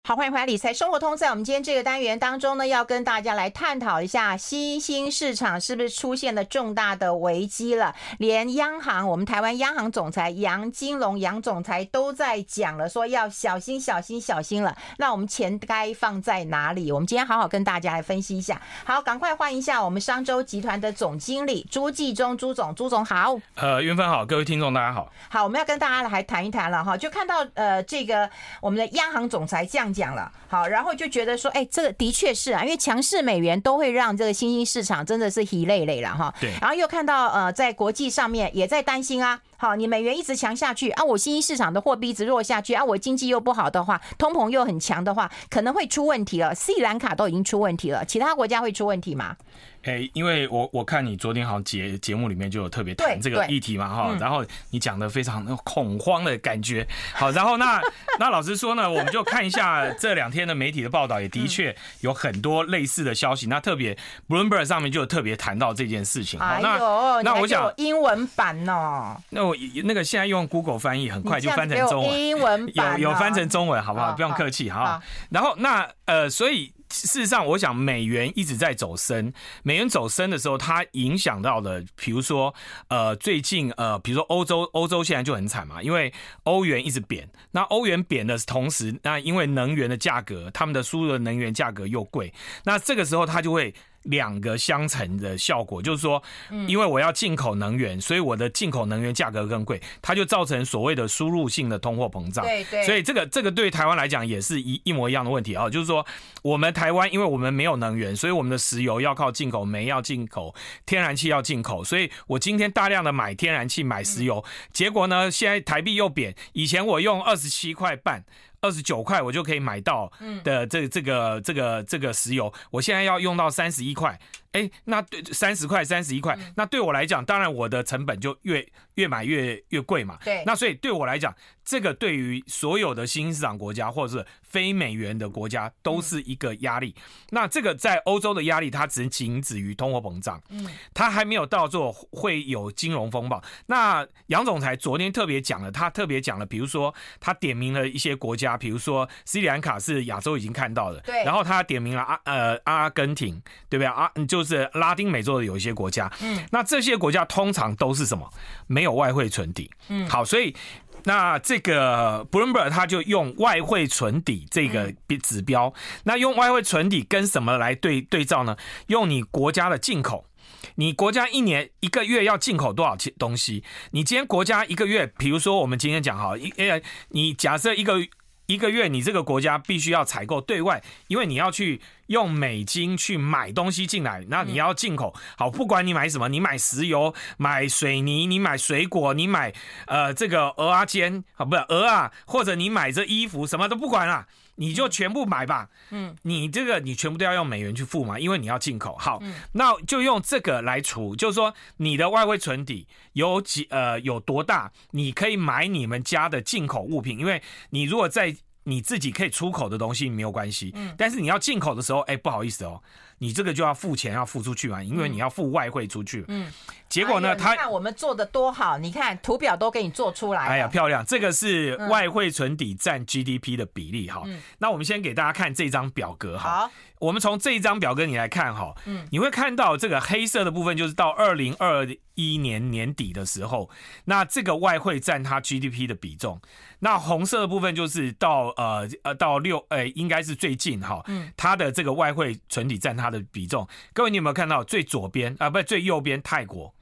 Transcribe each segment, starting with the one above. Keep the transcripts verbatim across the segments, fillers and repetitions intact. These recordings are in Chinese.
好，欢迎回来理财生活通。在我们今天这个单元当中呢，要跟大家来探讨一下新兴市场是不是出现了重大的危机了。连央行，我们台湾央行总裁杨金龙杨总裁都在讲了，说要小心小心小心了。那我们钱该放在哪里？我们今天好好跟大家来分析一下。好，赶快换一下我们商周集团的总经理朱继忠朱总，朱总好。 呃，元芬好，各位听众大家好。 好，我们要跟大家来谈一谈了哈，就看到呃这个我们的央行总裁这样讲了，好，然后就觉得说，哎，这个的确是啊，因为强势美元都会让这个新兴市场真的是疲累累了哈。 对。 然后又看到呃，在国际上面也在担心啊，好，你美元一直强下去啊，我新兴市场的货币一直弱下去啊，我经济又不好的话，通膨又很强的话，可能会出问题了。斯里兰卡都已经出问题了，其他国家会出问题吗？ 哎，因为我我看你昨天好像节节目里面就有特别谈这个议题嘛哈，然后你讲的非常恐慌的感觉，好，然后那那老实说呢，我们就看一下这两天的媒体的报道，也的确有很多类似的消息，那特别 Bloomberg 上面就有特别谈到这件事情。 哎呦， 那那我想英文版哦， 那我那个现在用 Google 翻译很快就翻成中文， 英文版、哦、 有有翻成中文，好不好？不用客气哈。然后那呃，所以。事实上，我想美元一直在走升，美元走升的时候，它影响到的，比如说，呃，最近呃，比如说欧洲，欧洲现在就很惨嘛，因为欧元一直贬，那欧元贬的同时，那因为能源的价格，他们的输入的能源价格又贵，那这个时候它就会。两个相乘的效果，就是说，因为我要进口能源，所以我的进口能源价格更贵，它就造成所谓的输入性的通货膨胀。 对对。 所以这个这个对台湾来讲也是一一模一样的问题啊，就是说，我们台湾因为我们没有能源，所以我们的石油要靠进口，煤要进口，天然气要进口，所以我今天大量的买天然气、买石油，结果呢，现在台币又贬，以前我用二十七块半。二十九块我就可以买到的这这个这个这个石油，我现在要用到三十一块，哎，那对三十块三十一块，那对我来讲，当然我的成本就越越买越越贵嘛。 对， 那所以对我来讲，这个对于所有的新兴市场国家或者是非美元的国家都是一个压力。那这个在欧洲的压力，它只仅止于通货膨胀，嗯，它还没有到做会有金融风暴。那杨总裁昨天特别讲了，他特别讲了，比如说他点名了一些国家。比如说斯里兰卡是亚洲已经看到的， 对， 然后他点名了阿呃阿根廷，对不对啊？就是拉丁美洲的有一些国家，嗯，那这些国家通常都是什么？没有外汇存底，嗯，好，所以那这个 Bloomberg 他就用外汇存底这个指标，嗯、那用外汇存底跟什么来对对照呢？用你国家的进口。你国家一年一个月要进口多少东西？你今天国家一个月，比如说我们今天讲好，你假设一个。一个月你这个国家必须要采购对外，因为你要去用美金去买东西进来，那你要进口。好，不管你买什么，你买石油、买水泥、你买水果、你买呃这个蚵仔煎，好不是蚵啊，或者你买这衣服，什么都不管啦，你就全部买吧。嗯，你这个你全部都要用美元去付嘛，因为你要进口。好，嗯、那就用这个来除，就是说你的外汇存底有几呃有多大，你可以买你们家的进口物品，因为你如果在你自己可以出口的东西没有关系，嗯，但是你要进口的时候，哎，不好意思哦，你这个就要付钱，要付出去嘛，因为你要付外汇出去，嗯，结果呢， 哎、 他你看我们做的多好，你看图表都给你做出来了， 哎呀，漂亮，这个是外汇存底占 G D P 的比例哈、嗯。那我们先给大家看这张表格哈，好，我们从这一张表格你来看哈，嗯，你会看到这个黑色的部分就是到二零二一年年底的时候，那这个外汇占它 G D P 的比重。那红色的部分就是到呃呃到六呃应该是最近哈，嗯，它的这个外汇存底占它的比重。各位你有没有看到最左边啊、呃、不是最右边泰国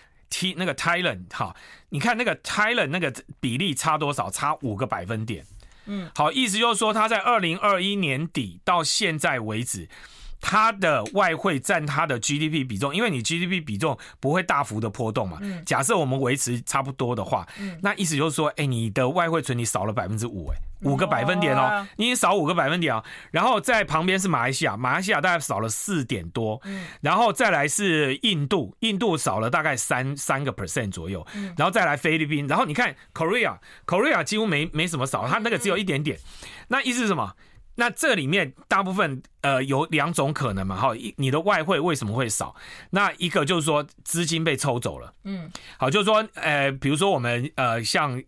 T 那个 Thailand 哈，你看那个 Thailand 那个比例差多少？差五个百分点。嗯，好，意思就是说它在二零二一年底到现在为止。它的外汇占它的 G D P 比重，因为你 G D P 比重不会大幅的波动嘛。嗯、假设我们维持差不多的话，嗯、那意思就是说，哎，你的外汇存底少了百分之五，哎，五个百分点哦，你已经少五个百分点哦。然后在旁边是马来西亚，马来西亚大概少了四点多，嗯、然后再来是印度，印度少了大概三三个 percent 左右，嗯、然后再来菲律宾，然后你看 Korea，Korea 几乎没没什么少，它那个只有一点点。那意思是什么？那这里面大部分呃有两种可能嘛，哈，你的外汇为什么会少？那一个就是说资金被抽走了，嗯，好，就是说呃，比如说我们呃像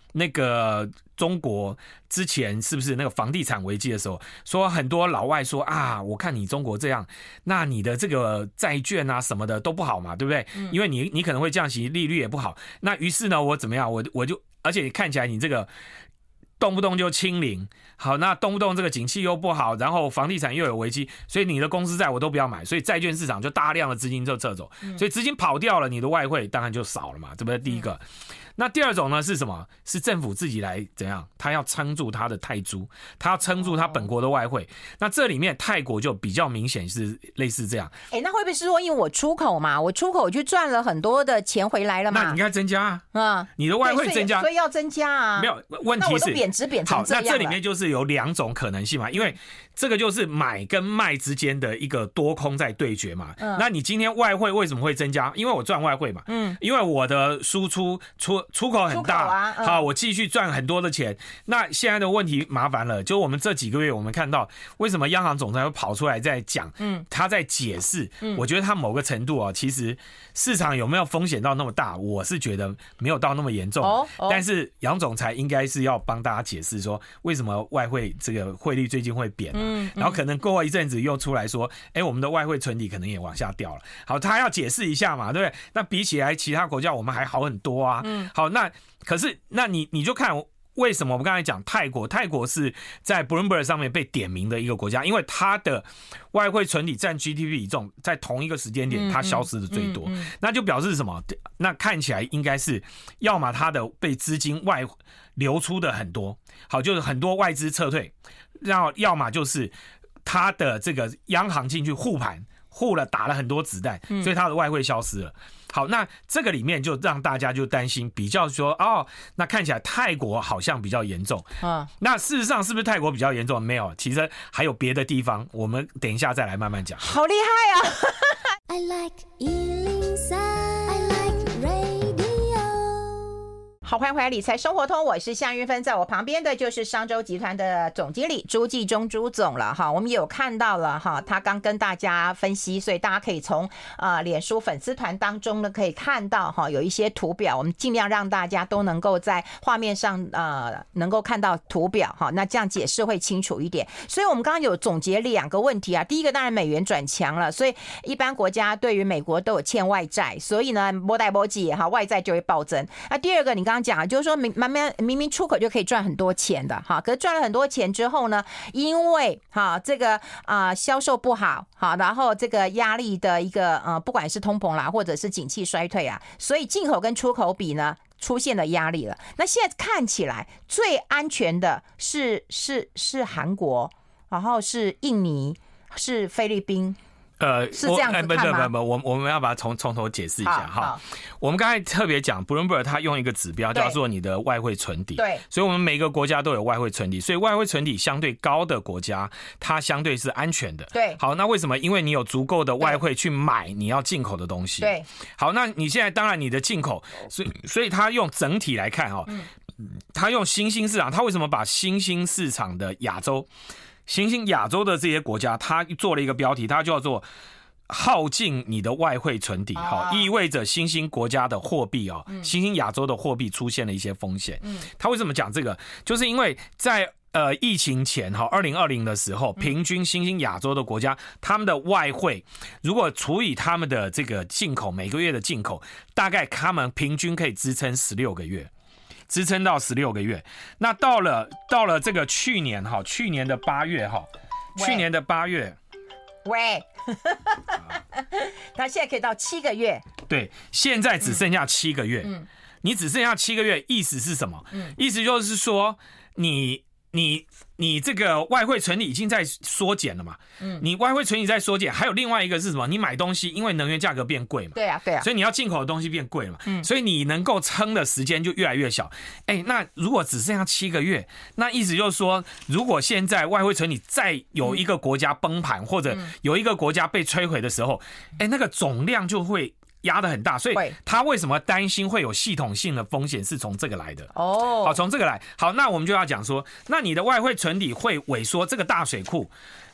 那个中国之前是不是那个房地产危机的时候，说很多老外说啊，我看你中国这样，那你的这个债券啊什么的都不好嘛，对不对？嗯、因为你你可能会降息，利率也不好。那于是呢，我怎么样？我我就而且看起来你这个动不动就清零，好，那动不动这个景气又不好，然后房地产又有危机，所以你的公司债我都不要买，所以债券市场就大量的资金就撤走，所以资金跑掉了，你的外汇当然就少了嘛，这不是第一个。那第二种呢是什么？是政府自己来怎样？他要撑住他的泰铢，他要撑住他本国的外汇。那这里面泰国就比较明显是类似这样。 哎、欸，那会不会是说，因为我出口嘛，我出口就赚了很多的钱回来了嘛？ 那你应该增加啊，嗯，你的外汇增加， 所以要增加啊。 没有问题是，那我都贬值贬成这样了。 好，那这里面就是有两种可能性嘛，因为这个就是买跟卖之间的一个多空在对决嘛。嗯、那你今天外汇为什么会增加？因为我赚外汇嘛，嗯，因为我的输出出出口很大。啊嗯、好，我继续赚很多的钱。那现在的问题麻烦了，就我们这几个月，我们看到为什么央行总裁会跑出来在讲，嗯，他在解释。嗯，我觉得他某个程度啊，其实市场有没有风险到那么大，我是觉得没有到那么严重。哦哦、但是杨总裁应该是要帮大家解释说，为什么外汇这个汇率最近会贬、啊嗯嗯、然后可能过一阵子又出来说，哎，我们的外汇存底可能也往下掉了。好，他要解释一下嘛，对不对？那比起来其他国家，我们还好很多啊。嗯，好，那。可是，那你你就看为什么我们刚才讲泰国，泰国是在 Bloomberg 上面被点名的一个国家，因为它的外汇存底占 G D P 比重在同一个时间点它消失的最多，嗯嗯嗯、那就表示什么？那看起来应该是要么它的被资金外流出的很多，好，就是很多外资撤退，然后要么就是它的这个央行进去护盘。护了打了很多子弹，所以它的外汇消失了。好，那这个里面就让大家就担心，比较说哦，那看起来泰国好像比较严重啊。那事实上是不是泰国比较严重？没有，其实还有别的地方，我们等一下再来慢慢讲。 好厉害啊 ！I like 一零三 I like radio。 好，欢迎回来理财生活通，我是夏云芬，在我旁边的就是商周集团的总经理朱继忠朱总了哈。我们有看到了哈，他刚跟大家分析，所以大家可以从呃脸书粉丝团当中呢可以看到哈，有一些图表，我们尽量让大家都能够在画面上呃能够看到图表哈，那这样解释会清楚一点。所以我们刚刚有总结两个问题啊，第一个当然美元转强了，所以一般国家对于美国都有欠外债，所以呢没贷没记哈，外债就会暴增。那第二个你刚刚讲就是说明明明明出口就可以赚很多钱的哈，可是赚了很多钱之后呢，因为哈这个啊、呃、销售不好好，然后这个压力的一个呃不管是通膨啦或者是景气衰退啊，所以进口跟出口比呢出现了压力了。那现在看起来最安全的是是是韩国，然后是印尼，是菲律宾。呃，是这样子看吗？ 不不不，我我们要把它从从头解释一下哈。我们刚才特别讲 ，Bloomberg 它用一个指标叫做你的外汇存底， 对， 所以我们每个国家都有外汇存底，所以外汇存底相对高的国家，它相对是安全的。 对， 好，那为什么？因为你有足够的外汇去买你要进口的东西。 对， 好，那你现在当然你的进口，所以所以它用整体来看哈，它用新兴市场，它为什么把新兴市场的亚洲？新兴亚洲的这些国家，他做了一个标题，它叫做耗尽你的外汇存底，哈，意味着新兴国家的货币哦，新兴亚洲的货币出现了一些风险。他为什么讲这个？就是因为在呃疫情前哈，二零二零的时候，平均新兴亚洲的国家，他们的外汇如果除以他们的这个进口，每个月的进口，大概他们平均可以支撑十六个月。支撑到十六个月，那到了到了这个去年哈，去年的八月哈，去年的八月， 喂，他现在可以到七个月， 对，现在只剩下七个月，嗯，你只剩下七个月，意思是什么？嗯，意思就是说你你。你这个外汇存底已经在缩减了嘛？嗯，你外汇存底在缩减，还有另外一个是什么？你买东西，因为能源价格变贵嘛， 对啊，对啊， 所以你要进口的东西变贵了嘛，嗯，所以你能够撑的时间就越来越小。哎，那如果只剩下七个月，那意思就是说，如果现在外汇存底再有一个国家崩盘，或者有一个国家被摧毁的时候，哎，那个总量就会压得很大，所以他为什么担心会有系统性的风险，是从这个来的哦。好，从这个来。好，那我们就要讲说，那你的外汇存底会萎缩，这个大水库，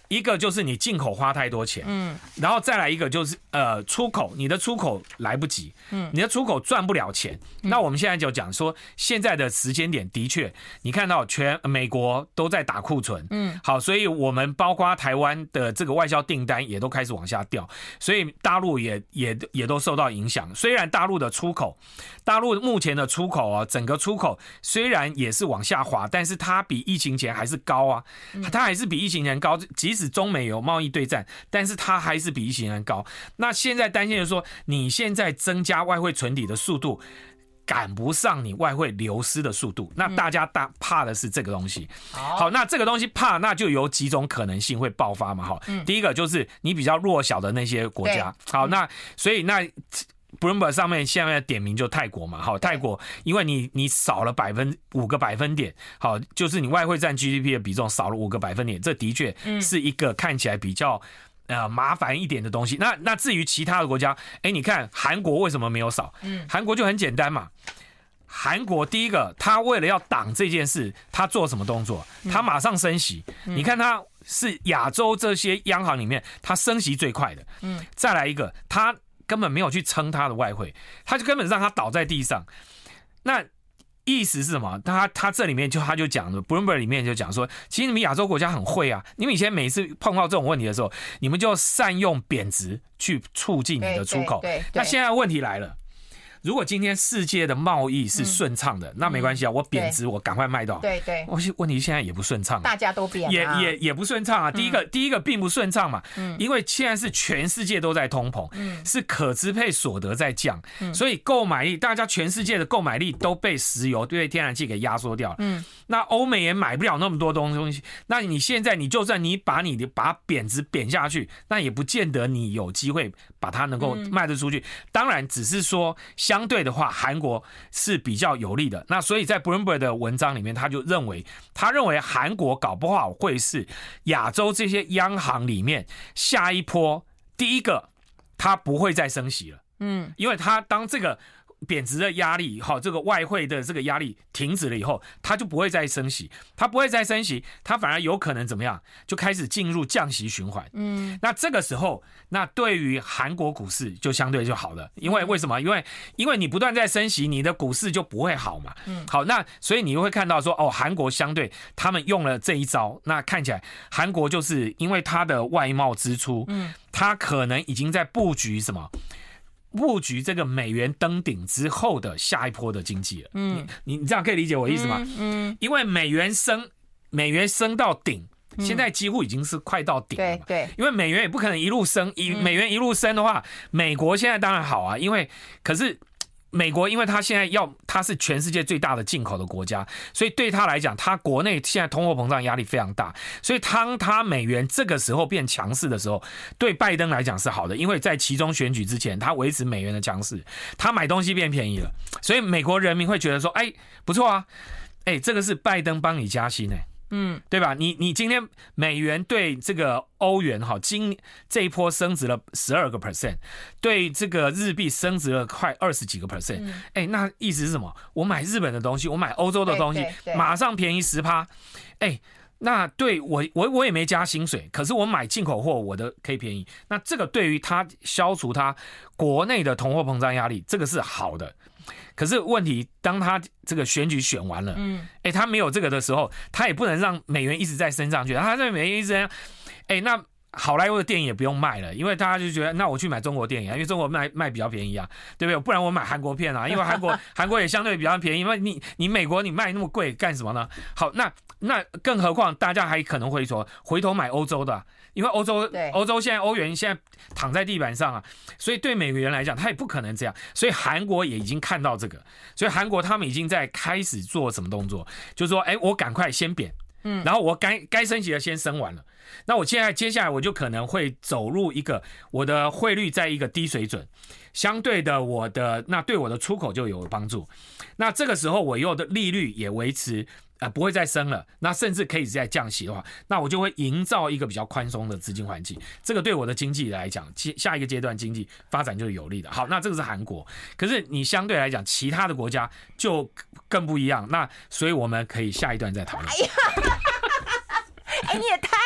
一个就是你进口花太多钱，嗯，然后再来一个就是呃出口，你的出口来不及，嗯，你的出口赚不了钱。嗯、那我们现在就讲说，现在的时间点的确，你看到全美国都在打库存，嗯，好，所以我们包括台湾的这个外销订单也都开始往下掉，所以大陆也也也都受到影响。虽然大陆的出口，大陆目前的出口啊，整个出口虽然也是往下滑，但是它比疫情前还是高啊，它还是比疫情前高，即使中美有贸易对战，但是它还是比疫情前高。那现在担心的是说，你现在增加外汇存底的速度赶不上你外汇流失的速度，那大家大怕的是这个东西。好，那这个东西怕，那就有几种可能性会爆发嘛。好，第一个就是你比较弱小的那些国家。好，那所以那。Bloomberg 上面现在点名就泰国嘛，好，泰国因为你你少了百分五个百分点，好，就是你外汇占 G D P 的比重少了五个百分点，这的确是一个看起来比较呃麻烦一点的东西。那那至于其他的国家，哎，你看韩国为什么没有少？韩国就很简单嘛。韩国第一个，他为了要挡这件事，他做什么动作？他马上升息。你看他是亚洲这些央行里面，他升息最快的。嗯，再来一个，他根本没有去撑他的外汇，他就根本让他倒在地上。那意思是什么？他他这里面就他就讲了 ，Bloomberg 里面就讲说，其实你们亚洲国家很会啊，你们以前每次碰到这种问题的时候，你们就善用贬值去促进你的出口。 对对对对， 那现在问题来了。如果今天世界的贸易是顺畅的，嗯、那没关系啊，我贬值，我赶快卖到。 对对。 问题现在也不顺畅、啊， 大家都贬、啊， 也也也不顺畅啊。第一个，嗯、第一个并不顺畅嘛，嗯、因为现在是全世界都在通膨，嗯、是可支配所得在降，嗯、所以购买力，大家全世界的购买力都被石油、对天然气给压缩掉了。嗯，那欧美也买不了那么多东西，那你现在你就算你把你的把贬值贬下去，那也不见得你有机会把它能够卖得出去。嗯、当然，只是说相对的话，韩国是比较有利的。那所以在 Bloomberg 的文章里面，他就认为，他认为韩国搞不好会是亚洲这些央行里面下一波第一个，他不会再升息了。嗯，因为他当这个贬值的压力，好，这个外汇的这个压力停止了以后，它就不会再升息，它不会再升息，它反而有可能怎么样，就开始进入降息循环。嗯，那这个时候，那对于韩国股市就相对就好了，因为为什么？因为因为你不断在升息，你的股市就不会好嘛。嗯，好，那所以你会看到说，哦，韩国相对他们用了这一招，那看起来韩国就是因为它的外贸支出，嗯，它可能已经在布局什么？布局这个美元登顶之后的下一波的经济了，嗯，你你这样可以理解我的意思吗？嗯，嗯因为美元升，美元升到顶，现在几乎已经是快到顶了嘛，对对，因为美元也不可能一路升，以美元一路升的话，美国现在当然好啊，因为可是。美国因为它现在要，它是全世界最大的进口的国家，所以对它来讲，它国内现在通货膨胀压力非常大，所以当它美元这个时候变强势的时候，对拜登来讲是好的，因为在期中选举之前，他维持美元的强势，他买东西变便宜了，所以美国人民会觉得说，哎，不错啊，哎，这个是拜登帮你加薪哎。嗯，对吧？你你今天美元对这个欧元哈，今这一波升值了十二个 percent， 对这个日币升值了快二十几个 percent。哎，那意思是什么？我买日本的东西，我买欧洲的东西，马上便宜十趴。哎，那对我我我也没加薪水，可是我买进口货，我的可以便宜。那这个对于它消除它国内的通货膨胀压力，这个是好的。可是问题，当他这个选举选完了，嗯，哎，他没有这个的时候，他也不能让美元一直在升上去，他在美元一直在，哎，那好莱坞的电影也不用卖了，因为大家就觉得，那我去买中国电影啊，因为中国卖卖比较便宜啊，对不对？不然我买韩国片啊，因为韩国韩国也相对比较便宜，因为你你美国你卖那么贵干什么呢？好，那那更何况大家还可能会说回头买欧洲的、啊。因为欧洲，欧洲现在欧元现在躺在地板上啊，所以对美元来讲，他也不可能这样。所以韩国也已经看到这个，所以韩国他们已经在开始做什么动作，就是说，哎，我赶快先贬，嗯，然后我该该升息的先升完了，那我现在接下来我就可能会走入一个我的汇率在一个低水准，相对的我的那对我的出口就有帮助。那这个时候我又的利率也维持。呃，不会再升了，那甚至可以再降息的话，那我就会营造一个比较宽松的资金环境，这个对我的经济来讲，下一个阶段经济发展就是有利的。好，那这个是韩国，可是你相对来讲，其他的国家就更不一样。那所以我们可以下一段再讨论。哎呀， 哎，你也太会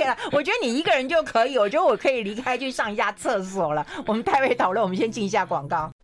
以了，我觉得你一个人就可以，我觉得我可以离开去上一下厕所了。我们待会讨论，我们先进一下广告。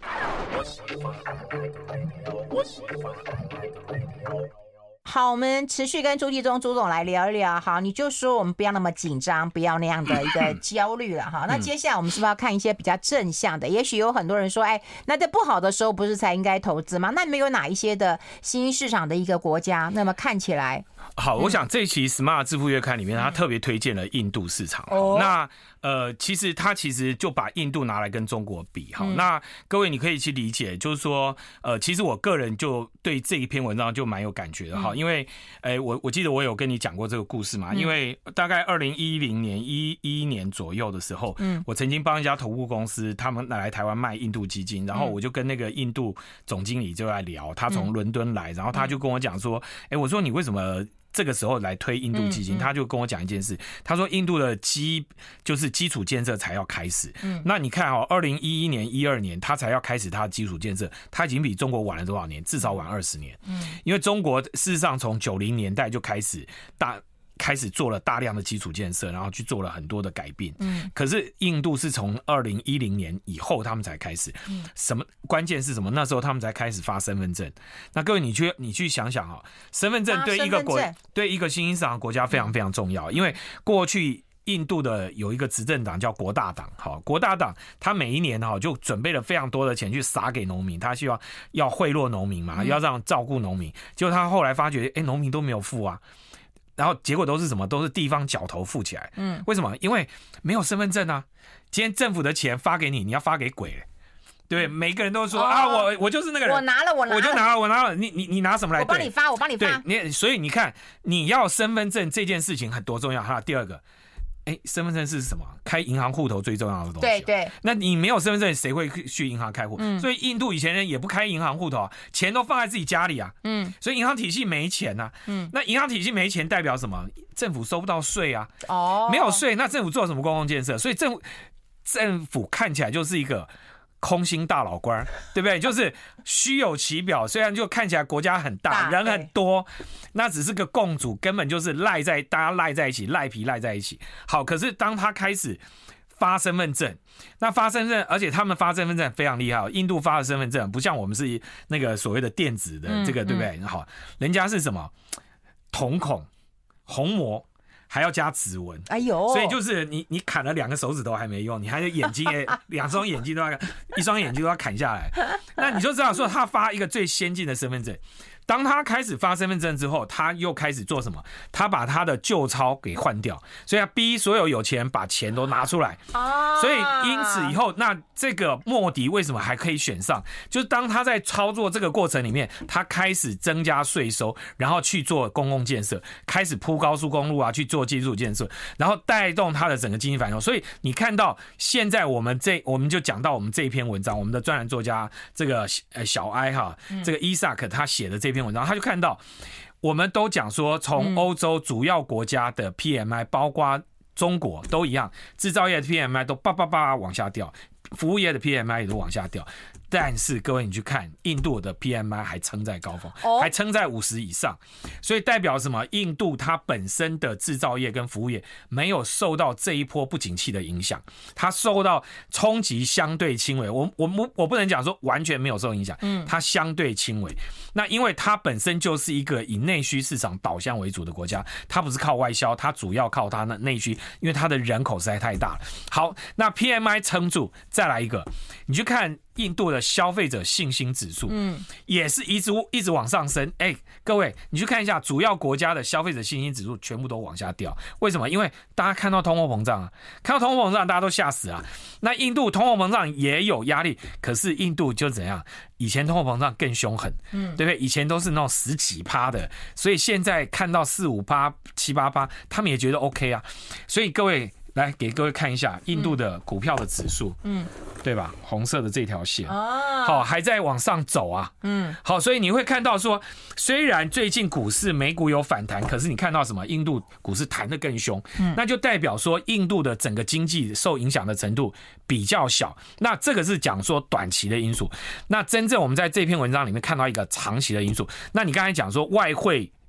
好，我们持续跟朱继忠朱总来聊一聊。好，你就说我们不要那么紧张，不要那样的一个焦虑了哈。那接下来我们是不是要看一些比较正向的？也许有很多人说，哎，那在不好的时候不是才应该投资吗？那你们有哪一些的新兴市场的一个国家，那么看起来？ 好，我想这一期 Smart 致富月刊里面，他特别推荐了印度市场。哦、那呃，其实他其实就把印度拿来跟中国比。好，嗯、那各位你可以去理解，就是说，呃，其实我个人就对这一篇文章就蛮有感觉的哈、嗯，因为，哎、欸，我我记得我有跟你讲过这个故事嘛，嗯、因为大概二零一零年一一年左右的时候，嗯，我曾经帮一家投顾公司，他们来台湾卖印度基金，然后我就跟那个印度总经理就在聊，他从伦敦来，然后他就跟我讲说，哎、欸，我说你为什么这个时候来推印度基金，嗯嗯、他就跟我讲一件事，他说印度的基就是基础建设才要开始。嗯，那你看哦，二零一一年、一二年他才要开始他的基础建设，他已经比中国晚了多少年？至少晚二十年。嗯，因为中国事实上从九零年代就开始大。开始做了大量的基础建设，然后去做了很多的改变。嗯，可是印度是从二零一零年以后他们才开始。嗯，什么关键是什么？那时候他们才开始发身份证。那各位你去你去想想啊，身份证对一个国对一个新兴市场国家非常非常重要，因为过去印度的有一个执政党叫国大党，好，国大党他每一年哈就准备了非常多的钱去撒给农民，他希望要贿赂农民嘛，要让照顾农民。结果他后来发觉，哎，农民都没有付啊。然后结果都是什么？都是地方角头富起来。嗯，为什么？因为没有身份证啊。今天政府的钱发给你，你要发给鬼，对，每个人都说、哦、啊，我我就是那个人， 我拿了，我拿了， 我就拿了，我拿了。你你你拿什么来？ 我帮你发，我帮你发。 对，你所以你看，你要身份证这件事情很多重要哈。第二个。哎，身份证是什么？开银行户头最重要的东西。 对对， 那你没有身份证，谁会去银行开户？嗯，所以印度以前人也不开银行户头啊，钱都放在自己家里啊。嗯，所以银行体系没钱呐、啊。嗯，那银行体系没钱代表什么？政府收不到税啊。哦，没有税，那政府做什么公共建设？所以政府政府看起来就是一个空心大老官，对不对？就是虚有其表，虽然就看起来国家很大，人很多，那只是个共主，根本就是赖在大家赖在一起，赖皮赖在一起。好，可是当他开始发身份证，那发身份证，而且他们发身份证非常厉害，印度发的身份证不像我们是那个所谓的电子的这个，嗯、对不对？好，人家是什么瞳孔、虹膜。还要加指纹，哎呦，所以就是你你砍了两个手指头还没用，你还得眼睛也两双眼睛都要一双眼睛都要砍下来，那你就知道说他发一个最先进的身份证。当他开始发身份证之后，他又开始做什么？他把他的旧钞给换掉，所以他逼所有有钱人把钱都拿出来。所以因此以后，那这个莫迪为什么还可以选上？就是当他在操作这个过程里面，他开始增加税收，然后去做公共建设，开始铺高速公路啊，去做基础建设，然后带动他的整个经济繁荣。所以你看到现在我们这我们就讲到我们这一篇文章，我们的专栏作家这个小埃哈，这个伊萨克他写的这篇文章，他就看到我们都讲说，从欧洲主要国家的 P M I， 包括中国都一样，制造业的 P M I 都叭叭叭往下掉，服务业的 P M I 也都往下掉。但是各位你去看，印度的 P M I 还撑在高峰，还撑在五十以上，所以代表什么？印度它本身的制造业跟服务业没有受到这一波不景气的影响，它受到冲击相对轻微。我我我不能讲说完全没有受影响，它相对轻微。那因为它本身就是一个以内需市场导向为主的国家，它不是靠外销，它主要靠它的内需，因为它的人口实在太大了。好，那 P M I 撑住，再来一个，你去看印度的消费者信心指数，嗯，也是一直一直往上升。哎，各位，你去看一下主要国家的消费者信心指数，全部都往下掉。为什么？因为大家看到通货膨胀啊，看到通货膨胀，大家都吓死啊。那印度通货膨胀也有压力，可是印度就怎样？以前通货膨胀更凶狠，嗯，对不对？以前都是那种十几趴的，所以现在看到四五趴、七八趴，他们也觉得 OK 啊。所以各位。来给各位看一下印度的股票的指数，嗯，对吧？红色的这条线，哦，好，还在往上走啊，嗯，好，所以你会看到说，虽然最近股市美股有反弹，可是你看到什么？印度股市弹得更凶，嗯，那就代表说印度的整个经济受影响的程度比较小。那这个是讲说短期的因素，那真正我们在这篇文章里面看到一个长期的因素。那你刚才讲说外汇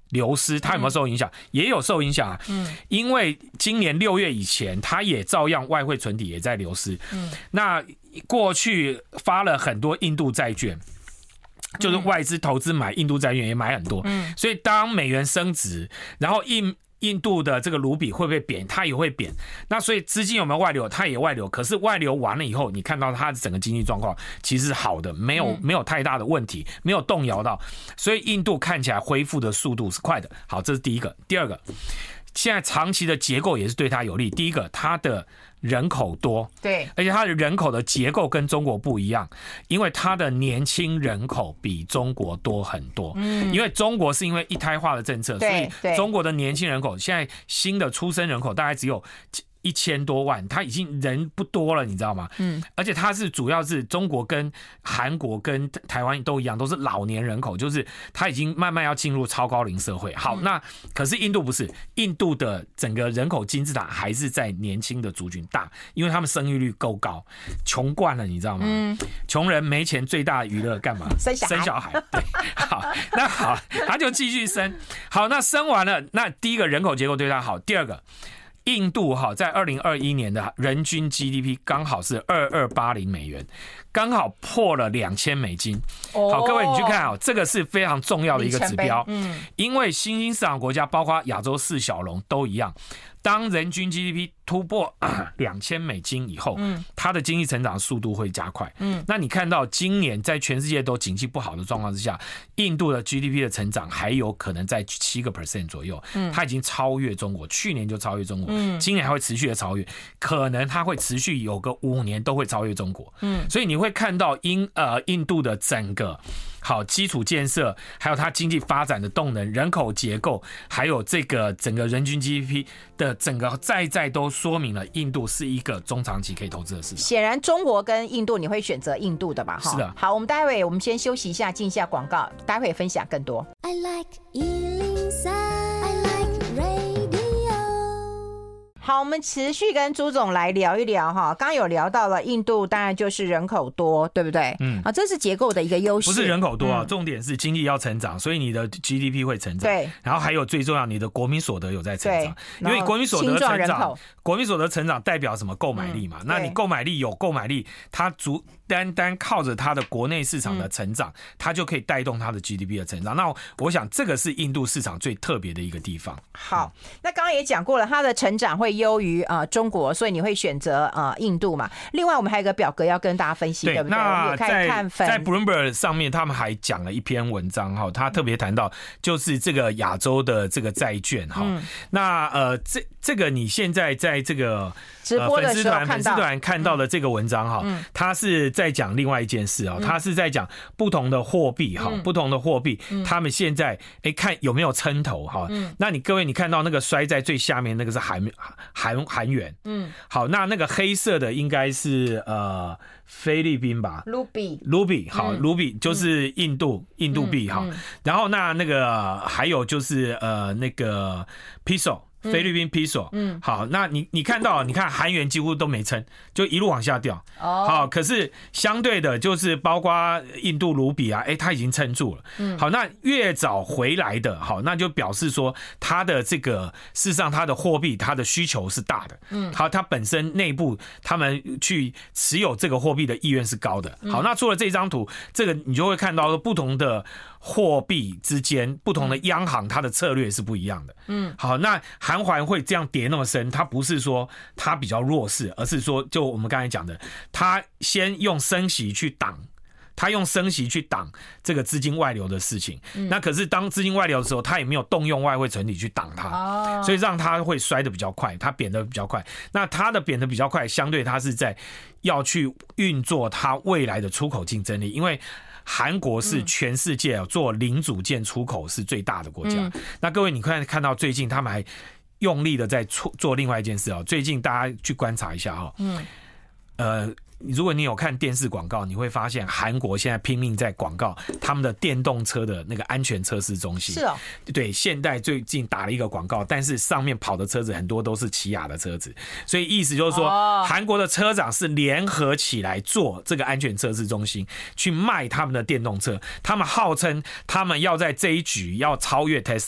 流失，它有没有受影响？嗯、也有受影响啊。嗯，因为今年六月以前，它也照样外汇存底也在流失。嗯，那过去发了很多印度债券。就是外资投资买印度债券也买很多，嗯，所以当美元升值，然后印印度的这个卢比会不会贬？它也会贬。那所以资金有没有外流？它也外流。可是外流完了以后，你看到它的整个经济状况其实是好的，没有没有太大的问题，没有动摇到。所以印度看起来恢复的速度是快的。好，这是第一个。第二个，现在长期的结构也是对它有利。第一个，它的人口多， 对， 而且它的人口的结构跟中国不一样，因为它的年轻人口比中国多很多。嗯，因为中国是因为一胎化的政策，所以中国的年轻人口现在新的出生人口大概只有一千多万，他已经人不多了，你知道吗？嗯，而且它是主要是中国跟韩国跟台湾都一样，都是老年人口，就是它已经慢慢要进入超高龄社会。好，那可是印度不是，印度的整个人口金字塔还是在年轻的族群大，因为他们生育率够高，穷惯了，你知道吗？嗯，穷人没钱最大的娱乐干嘛？ 生小孩。 生小孩。对，好，那好，他就继续生。好，那生完了，那第一个人口结构对他好，第二个。印度哈在二零二一年的人均 G D P 刚好是二二八零美元，刚好破了两千美金。好，各位你去看哦，这个是非常重要的一个指标。嗯，因为新兴市场国家包括亚洲四小龙都一样。当人均 G D P 突破两千美金以后，嗯，它的经济成长速度会加快。嗯，那你看到今年在全世界都景气不好的状况之下，印度的 G D P 的成长还有可能在七个 percent 左右。嗯，它已经超越中国，去年就超越中国，嗯，今年还会持续的超越，可能它会持续有个五年都会超越中国。嗯，所以你会看到印呃印度的整个。好，基础建设，还有它经济发展的动能、人口结构，还有这个整个人均 G D P 的整个在在都说明了印度是一个中长期可以投资的市场。 显然，中国跟印度你会选择印度的吧？ 是的。 好，我们待会我们先休息一下，进一下广告，待会分享更多。I like 一零三 I like radio。好，我们持续跟朱总来聊一聊哈。刚刚有聊到了印度，当然就是人口多，对不对？嗯，啊，这是结构的一个优势。 不是人口多啊，嗯、重点是经济要成长，所以你的 G D P 会成长。 对， 然后还有最重要，你的国民所得有在成长，因为国民所得成长，国民所得成长代表什么？购买力嘛。嗯、那你购买力有购买力，它足单单靠着它的国内市场的成长，嗯、它就可以带动它的 G D P 的成长。那我想这个是印度市场最特别的一个地方。 好，嗯、那刚刚也讲过了，它的成长会优于呃中国，所以你会选择呃印度嘛。另外，我们还有一个表格要跟大家分析， 对, 对不对？ 那在看在 Bloomberg 上面，他们还讲了一篇文章哈，他特别谈到就是这个亚洲的这个债券哈。嗯、那呃，这这个你现在在这个直播的时候粉丝团看到的这个文章哈，嗯、他是在讲另外一件事啊，他是在讲不同的货币哈，嗯、不同的货币，嗯、他们现在哎看有没有撑头哈。嗯、那你各位你看到那个摔在最下面那个是韩韩韩元，嗯，好，那那个黑色的应该是呃菲律宾吧 ，Ruby Ruby 好 Ruby 就是印度印度币哈，然后那那个还有就是呃那个 Peso。菲律宾 Peso， 嗯，好，那你你看到，你看韩元几乎都没撑，就一路往下掉。哦，好，可是相对的，就是包括印度卢比啊，哎、欸，它已经撑住了。嗯，好，那越早回来的，好，那就表示说它的这个事实上它的货币它的需求是大的。嗯，好，它本身内部他们去持有这个货币的意愿是高的。好，那除了这张图，这个你就会看到不同的货币之间，不同的央行它的策略是不一样的。嗯，好，那韩环会这样跌那么深，它不是说它比较弱势，而是说就我们刚才讲的，它先用升息去挡，它用升息去挡这个资金外流的事情。嗯、那可是当资金外流的时候，它也没有动用外汇存底去挡它，哦、所以让它会摔得比较快，它贬得比较快。那它的贬得比较快，相对它是在要去运作它未来的出口竞争力，因为韩国是全世界做零组件出口是最大的国家。嗯、那各位，你看看到最近他们还用力的在做另外一件事哦。最近大家去观察一下哈，嗯，呃，如果你有看电视广告，你会发现韩国现在拼命在广告他们的电动车的那个安全测试中心。 是哦， 对，现代最近打了一个广告，但是上面跑的车子很多都是起亚的车子，所以意思就是说，韩、哦、国的车厂是联合起来做这个安全测试中心，去卖他们的电动车。他们号称他们要在这一局要超越 Tesla。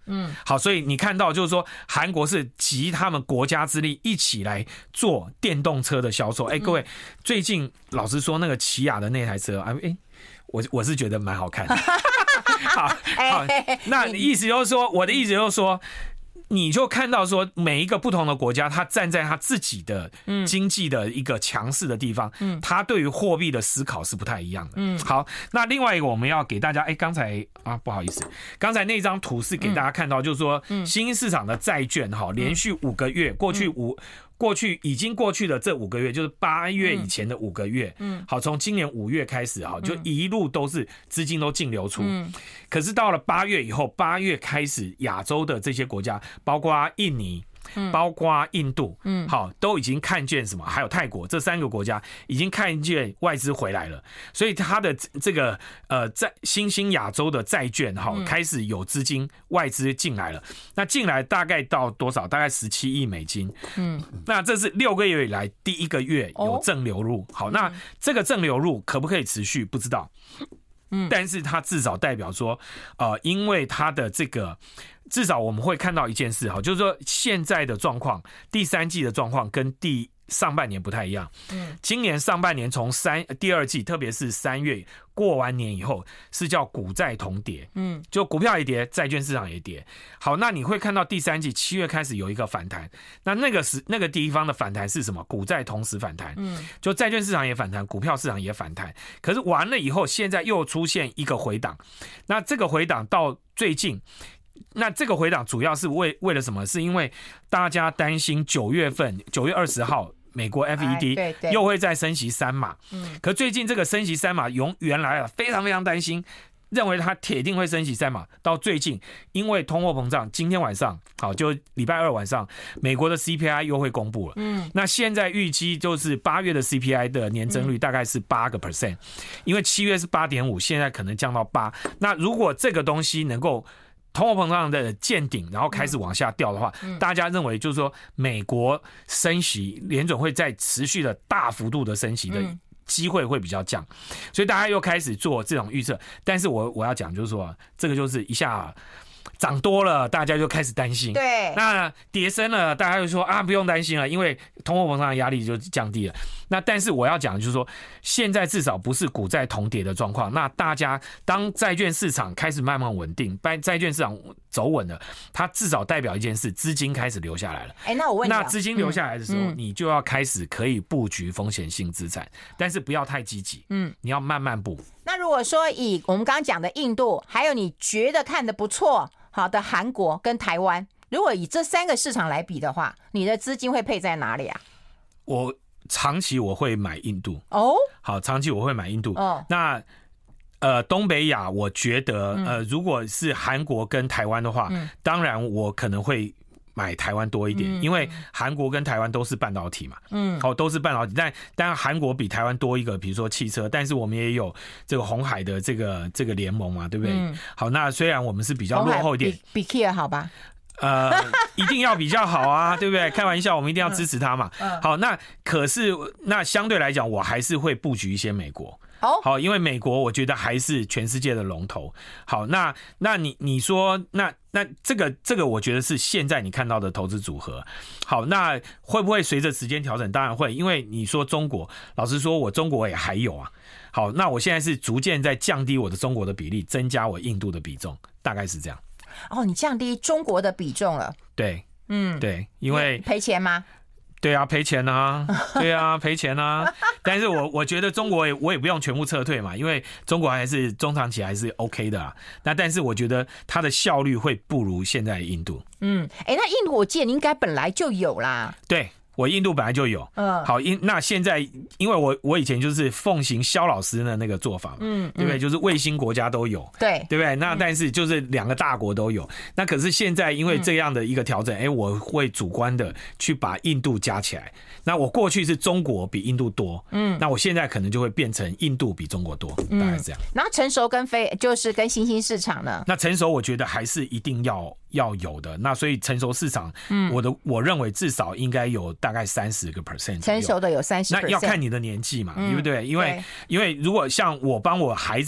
嗯，好，所以你看到就是说，韩国是集他们国家之力一起来做电动车的销售。哎、欸，各位，嗯、最近老实说，那个起亚的那台车，哎、欸，我我是觉得蛮好看的。好，好，那意思就是说，我的意思就是说。你就看到说每一个不同的国家，他站在他自己的经济的一个强势的地方，嗯，他对于货币的思考是不太一样的。嗯，好，那另外一个我们要给大家，哎，刚才啊不好意思，刚才那张图是给大家看到，就是说新兴市场的债券哈，连续五个月，过去五。过去已经过去的这五个月，就是八月以前的五个月，嗯，好，从今年五月开始，哈，就一路都是资金都净流出，嗯，可是到了八月以后，八月开始，亚洲的这些国家，包括印尼。包括印度，嗯，好，都已经看见什么？还有泰国这三个国家已经看见外资回来了，所以它的这个呃在新兴亚洲的债券哈，开始有资金外资进来了。那进来大概到多少？大概十七亿美金。嗯，那这是六个月以来第一个月有正流入。好，那这个正流入可不可以持续？不知道。嗯，但是它至少代表说，呃，因为它的这个。至少我们会看到一件事哈，就是说现在的状况，第三季的状况跟第上半年不太一样。嗯，今年上半年从三第二季，特别是三月过完年以后，是叫股债同跌。嗯，就股票也跌，债券市场也跌。好，那你会看到第三季七月开始有一个反弹，那那个是那个地方的反弹是什么？股债同时反弹。嗯，就债券市场也反弹，股票市场也反弹。可是完了以后，现在又出现一个回档。那这个回档到最近。那这个回档主要是为为了什么？是因为大家担心九月份九月二十号美国 F E D 又会再升息三码。嗯，可最近这个升息三码，原原来啊非常非常担心，认为它铁定会升息三码。到最近因为通货膨胀，今天晚上好就礼拜二晚上，美国的 C P I 又会公布了。嗯，那现在预期就是八月的 C P I 的年增率大概是八个 percent， 因为七月是八点五，现在可能降到八。那如果这个东西能够通货膨胀的见顶，然后开始往下掉的话，嗯、大家认为就是说，美国升息，联准会在持续的大幅度的升息的机会会比较降，所以大家又开始做这种预测。但是我我要讲就是说，这个就是一下涨多了，大家就开始担心。 对， 那跌深了，大家就说啊，不用担心了，因为通货膨胀的压力就降低了。那但是我要讲就是说，现在至少不是股债同跌的状况。那大家当债券市场开始慢慢稳定，债券市场走稳了，它至少代表一件事，资金开始留下来了。 哎，那我问你， 那资金留下来的时候，嗯、你就要开始可以布局风险性资产，但是不要太积极，嗯，你要慢慢布。 那如果说以我们刚刚讲的印度，还有你觉得看得不错好的韩国跟台湾，如果以这三个市场来比的话，你的资金会配在哪里啊？ 我长期我会买印度哦， 好，长期我会买印度。哦，那呃东北亚，我觉得呃如果是韩国跟台湾的话，嗯、当然我可能会买台湾多一点，嗯、因为韩国跟台湾都是半导体嘛，嗯，好，都是半导体，但但韩国比台湾多一个，比如说汽车，但是我们也有这个鸿海的这个这个联盟嘛，对不对？嗯、好，那虽然我们是比较落后一点， 比, 比 Kia 好吧？ 呃，一定要比较好啊，对不对？开玩笑，我们一定要支持他嘛。嗯、好，那可是那相对来讲，我还是会布局一些美国。好，因为美国我觉得还是全世界的龙头。好，那那你你说那那这个这个，我觉得是现在你看到的投资组合。好，那会不会随着时间调整？当然会，因为你说中国，老实说，我中国也还有啊。好，那我现在是逐渐在降低我的中国的比例，增加我印度的比重，大概是这样。 哦，你降低中国的比重了？ 对，嗯，对，因为赔钱吗？ 对啊，赔钱啊，对啊，赔钱啊。但是我我觉得中国也我也不用全部撤退嘛，因为中国还是中长期还是 OK 的啊。那但是我觉得它的效率会不如现在的印度。 嗯，哎，那印度我记得你应该本来就有啦。 对。我印度本来就有，嗯，好，因那现在因为我我以前就是奉行萧老师的那个做法嘛，嗯，对不对？就是卫星国家都有， 对， 对不对？那但是就是两个大国都有，那可是现在因为这样的一个调整，哎，我会主观的去把印度加起来。那我过去是中国比印度多，嗯，那我现在可能就会变成印度比中国多，大概是这样。 然后成熟跟非就是跟新兴市场呢？ 那成熟我觉得还是一定要要有的。那所以成熟市场，嗯，我的我认为至少应该有大概三十个 percent， 成熟的有三十， 那要看你的年纪嘛，嗯、对不对？因为因为如果像我帮我孩子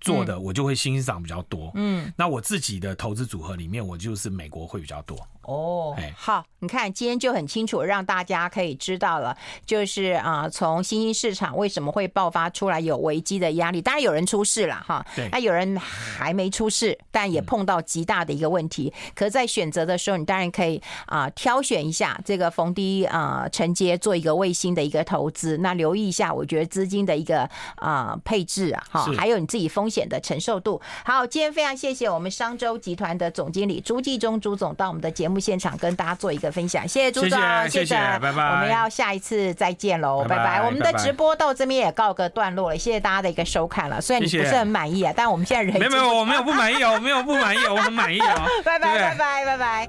做的，我就会新兴市场比较多。嗯，那我自己的投资组合里面，我就是美国会比较多。 哦，好，你看今天就很清楚，让大家可以知道了，就是啊，从新兴市场为什么会爆发出来有危机的压力。当然有人出事了哈，那有人还没出事，但也碰到极大的一个问题。嗯、可是在选择的时候，你当然可以啊挑选一下这个逢低啊承接做一个卫星的一个投资，那留意一下，我觉得资金的一个啊配置啊，哈，还有你自己风险的承受度。好，今天非常谢谢我们商周集团的总经理朱继忠朱总到我们的节目现场跟大家做一个分享，谢谢朱总， 谢谢，拜拜。 我们要下一次再见喽，拜拜。我们的直播到这边也告个段落了，谢谢大家的一个收看了。虽然你不是很满意啊，但我们现在人没有没有，我没有不满意哦，我没有不满意哦，我很满意哦。 拜拜拜拜拜拜。